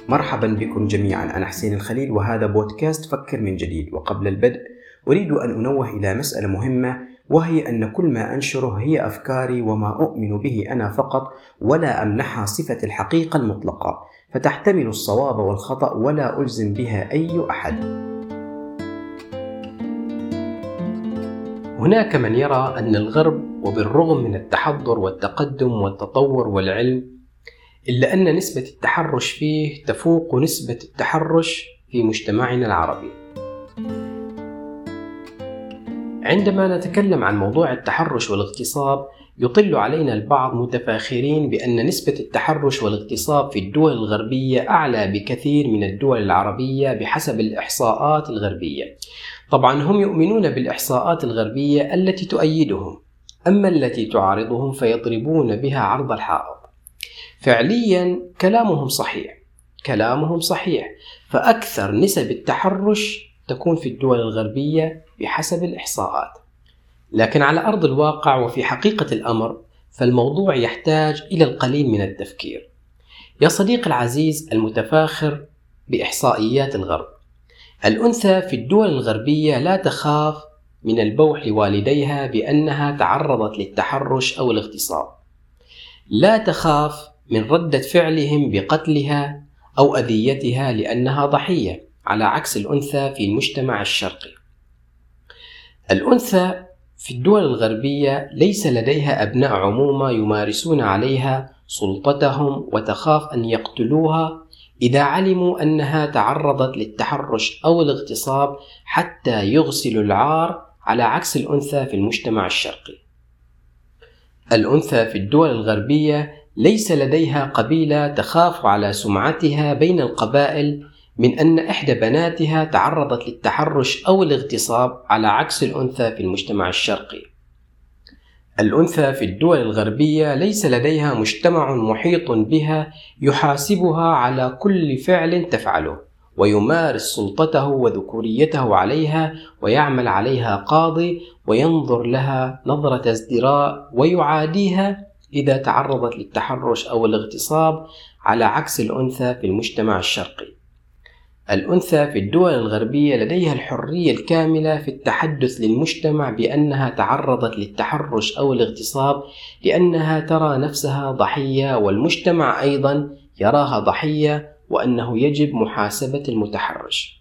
مرحبا بكم جميعا، أنا حسين الخليل وهذا بودكاست فكر من جديد. وقبل البدء أريد أن أنوه إلى مسألة مهمة، وهي أن كل ما أنشره هي أفكاري وما أؤمن به أنا فقط، ولا أمنحها صفة الحقيقة المطلقة، فتحتمل الصواب والخطأ ولا ألزم بها أي أحد. هناك من يرى أن الغرب وبالرغم من التحضر والتقدم والتطور والعلم إلا أن نسبة التحرش فيه تفوق نسبة التحرش في مجتمعنا العربي. عندما نتكلم عن موضوع التحرش والاغتصاب يطل علينا البعض متفاخرين بأن نسبة التحرش والاغتصاب في الدول الغربية أعلى بكثير من الدول العربية بحسب الإحصاءات الغربية. طبعا هم يؤمنون بالإحصاءات الغربية التي تؤيدهم، أما التي تعارضهم فيضربون بها عرض الحائط. فعليا كلامهم صحيح، فأكثر نسب التحرش تكون في الدول الغربية بحسب الإحصاءات، لكن على أرض الواقع وفي حقيقة الأمر فالموضوع يحتاج إلى القليل من التفكير. يا صديقي العزيز المتفاخر بإحصائيات الغرب، الأنثى في الدول الغربية لا تخاف من البوح لوالديها بأنها تعرضت للتحرش أو الاغتصاب، لا تخاف من ردة فعلهم بقتلها أو أذيتها لأنها ضحية، على عكس الأنثى في المجتمع الشرقي. الأنثى في الدول الغربية ليس لديها أبناء عمومة يمارسون عليها سلطتهم وتخاف أن يقتلوها إذا علموا أنها تعرضت للتحرش أو الاغتصاب حتى يغسلوا العار، على عكس الأنثى في المجتمع الشرقي. الأنثى في الدول الغربية ليس لديها قبيلة تخاف على سمعتها بين القبائل من أن إحدى بناتها تعرضت للتحرش أو الاغتصاب، على عكس الأنثى في المجتمع الشرقي. الأنثى في الدول الغربية ليس لديها مجتمع محيط بها يحاسبها على كل فعل تفعله ويمارس سلطته وذكوريته عليها ويعمل عليها قاضي وينظر لها نظرة ازدراء ويعاديها إذا تعرضت للتحرش أو الاغتصاب، على عكس الأنثى في المجتمع الشرقي. الأنثى في الدول الغربية لديها الحرية الكاملة في التحدث للمجتمع بأنها تعرضت للتحرش أو الاغتصاب لأنها ترى نفسها ضحية، والمجتمع أيضا يراها ضحية وأنه يجب محاسبة المتحرش.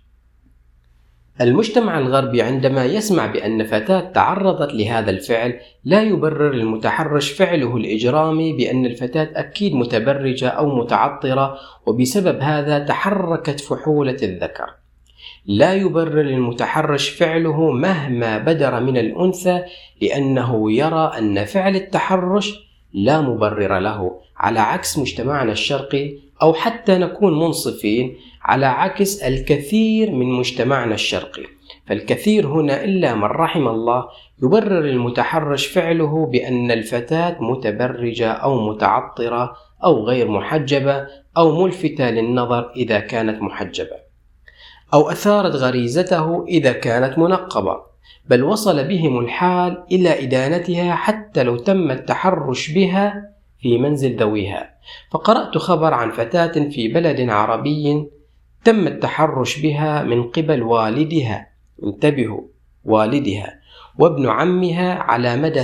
المجتمع الغربي عندما يسمع بأن فتاة تعرضت لهذا الفعل لا يبرر المتحرش فعله الإجرامي بأن الفتاة أكيد متبرجة أو متعطرة وبسبب هذا تحركت فحولة الذكر. لا يبرر المتحرش فعله مهما بدر من الأنثى لأنه يرى أن فعل التحرش لا مبرر له، على عكس مجتمعنا الشرقي، أو حتى نكون منصفين على عكس الكثير من مجتمعنا الشرقي. فالكثير هنا إلا من رحم الله يبرر المتحرش فعله بأن الفتاة متبرجة أو متعطرة أو غير محجبة أو ملفتة للنظر إذا كانت محجبة، أو أثارت غريزته إذا كانت منقبة، بل وصل بهم الحال إلى إدانتها حتى لو تم التحرش بها في منزل ذويها. فقرأت خبر عن فتاة في بلد عربي تم التحرش بها من قبل والدها، انتبهوا، والدها وابن عمها على مدى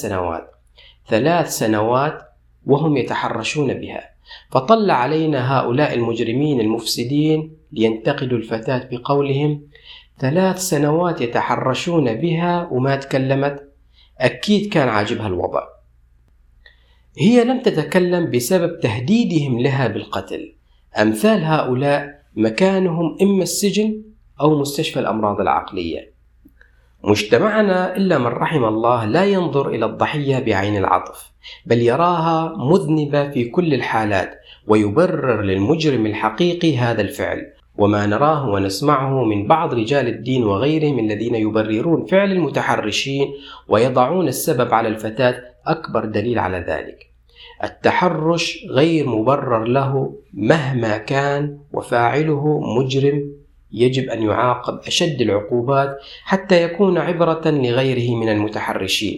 3 سنوات وهم يتحرشون بها. فطل علينا هؤلاء المجرمين المفسدين لينتقدوا الفتاة بقولهم 3 سنوات يتحرشون بها وما تكلمت، أكيد كان عاجبها الوضع. هي لم تتكلم بسبب تهديدهم لها بالقتل. أمثال هؤلاء مكانهم إما السجن أو مستشفى الأمراض العقلية. مجتمعنا إلا من رحم الله لا ينظر إلى الضحية بعين العطف، بل يراها مذنبة في كل الحالات ويبرر للمجرم الحقيقي هذا الفعل. وما نراه ونسمعه من بعض رجال الدين وغيرهم الذين يبررون فعل المتحرشين ويضعون السبب على الفتاة أكبر دليل على ذلك. التحرش غير مبرر له مهما كان، وفاعله مجرم يجب أن يعاقب أشد العقوبات حتى يكون عبرة لغيره من المتحرشين.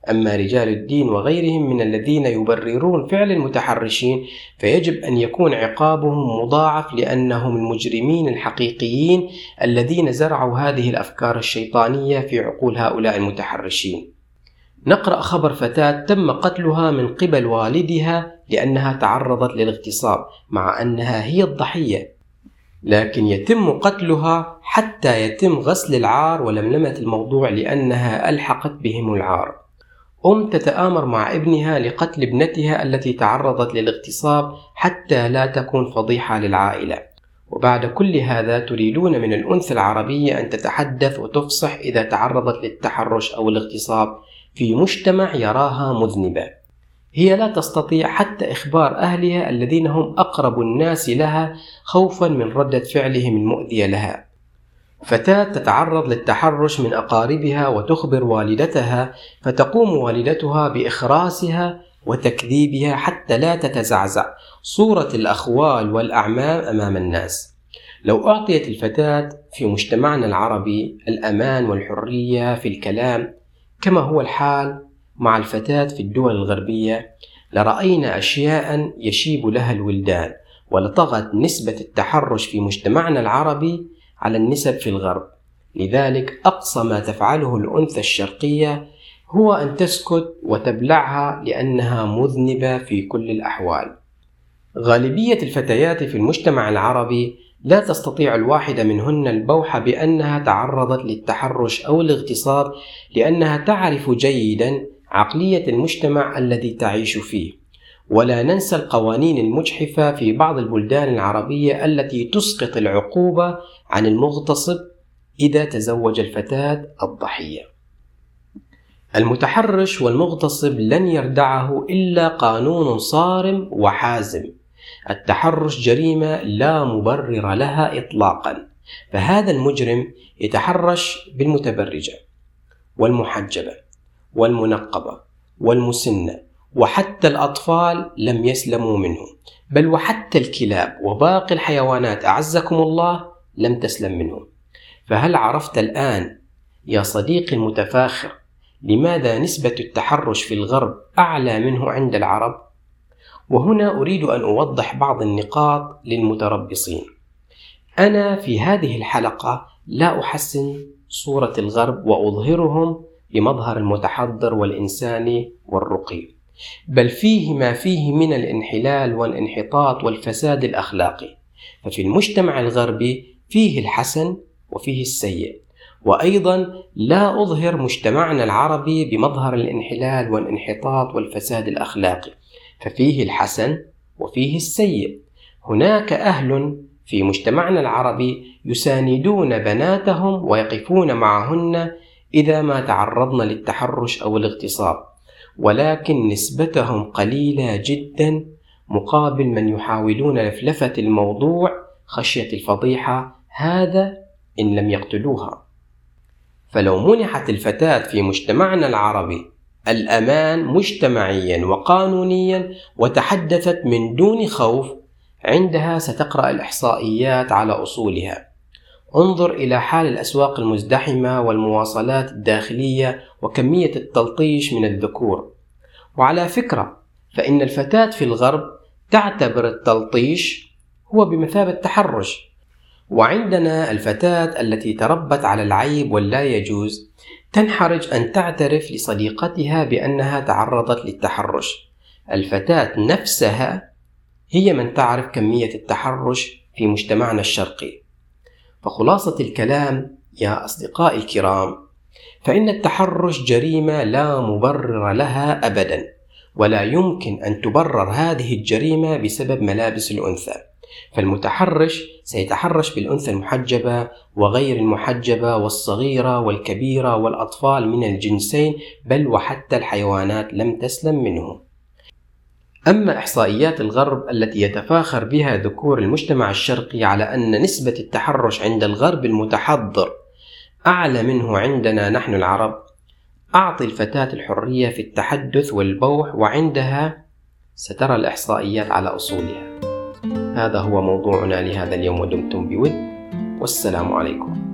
أما رجال الدين وغيرهم من الذين يبررون فعل المتحرشين فيجب أن يكون عقابهم مضاعف، لأنهم المجرمين الحقيقيين الذين زرعوا هذه الأفكار الشيطانية في عقول هؤلاء المتحرشين. نقرأ خبر فتاة تم قتلها من قبل والدها لأنها تعرضت للاغتصاب، مع أنها هي الضحية، لكن يتم قتلها حتى يتم غسل العار ولملمة الموضوع لأنها ألحقت بهم العار. تتآمر مع ابنها لقتل ابنتها التي تعرضت للاغتصاب حتى لا تكون فضيحة للعائلة. وبعد كل هذا تريدون من الأنثى العربية أن تتحدث وتفصح إذا تعرضت للتحرش أو الاغتصاب في مجتمع يراها مذنبة. هي لا تستطيع حتى إخبار أهلها الذين هم أقرب الناس لها خوفا من ردة فعلهم المؤذية لها. فتاة تتعرض للتحرش من أقاربها وتخبر والدتها، فتقوم والدتها بإخراسها وتكذيبها حتى لا تتزعزع صورة الأخوال والأعمام أمام الناس. لو أعطيت الفتاة في مجتمعنا العربي الأمان والحرية في الكلام كما هو الحال مع الفتاة في الدول الغربية لرأينا أشياء يشيب لها الولدان، ولطغت نسبة التحرش في مجتمعنا العربي على النسب في الغرب. لذلك أقصى ما تفعله الأنثى الشرقية هو أن تسكت وتبلعها لأنها مذنبة في كل الأحوال. غالبية الفتيات في المجتمع العربي لا تستطيع الواحدة منهن البوح بأنها تعرضت للتحرش أو الاغتصاب، لأنها تعرف جيدا عقلية المجتمع الذي تعيش فيه. ولا ننسى القوانين المجحفة في بعض البلدان العربية التي تسقط العقوبة عن المغتصب إذا تزوج الفتاة الضحية. المتحرش والمغتصب لن يردعه إلا قانون صارم وحازم. التحرش جريمة لا مبرر لها إطلاقا، فهذا المجرم يتحرش بالمتبرجة والمحجبة والمنقبة والمسنة، وحتى الأطفال لم يسلموا منه، بل وحتى الكلاب وباقي الحيوانات أعزكم الله لم تسلم منه. فهل عرفت الآن يا صديقي المتفاخر لماذا نسبة التحرش في الغرب أعلى منه عند العرب؟ وهنا أريد أن أوضح بعض النقاط للمتربصين. أنا في هذه الحلقة لا أحسن صورة الغرب وأظهرهم بمظهر المتحضر والإنساني والرقي، بل فيه ما فيه من الانحلال والانحطاط والفساد الأخلاقي. ففي المجتمع الغربي فيه الحسن وفيه السيء، وأيضا لا أظهر مجتمعنا العربي بمظهر الانحلال والانحطاط والفساد الأخلاقي، ففيه الحسن وفيه السيء. هناك أهل في مجتمعنا العربي يساندون بناتهم ويقفون معهن إذا ما تعرضن للتحرش أو الاغتصاب، ولكن نسبتهم قليلة جدا مقابل من يحاولون لفلفة الموضوع خشية الفضيحة، هذا إن لم يقتلوها. فلو منحت الفتاة في مجتمعنا العربي الأمان مجتمعيا وقانونيا وتحدثت من دون خوف، عندها ستقرأ الإحصائيات على أصولها. انظر إلى حال الأسواق المزدحمة والمواصلات الداخلية وكمية التلطيش من الذكور. وعلى فكرة فإن الفتاة في الغرب تعتبر التلطيش هو بمثابة تحرش، وعندنا الفتاة التي تربت على العيب واللا يجوز تنحرج أن تعترف لصديقتها بأنها تعرضت للتحرش. الفتاة نفسها هي من تعرف كمية التحرش في مجتمعنا الشرقي. فخلاصة الكلام يا أصدقائي الكرام، فإن التحرش جريمة لا مبرر لها أبدا، ولا يمكن أن تبرر هذه الجريمة بسبب ملابس الأنثى. فالمتحرش سيتحرش بالأنثى المحجبة وغير المحجبة والصغيرة والكبيرة والأطفال من الجنسين، بل وحتى الحيوانات لم تسلم منه. أما إحصائيات الغرب التي يتفاخر بها ذكور المجتمع الشرقي على أن نسبة التحرش عند الغرب المتحضر أعلى منه عندنا نحن العرب، أعطي الفتاة الحرية في التحدث والبوح وعندها سترى الإحصائيات على أصولها. هذا هو موضوعنا لهذا اليوم، ودمتم بود، والسلام عليكم.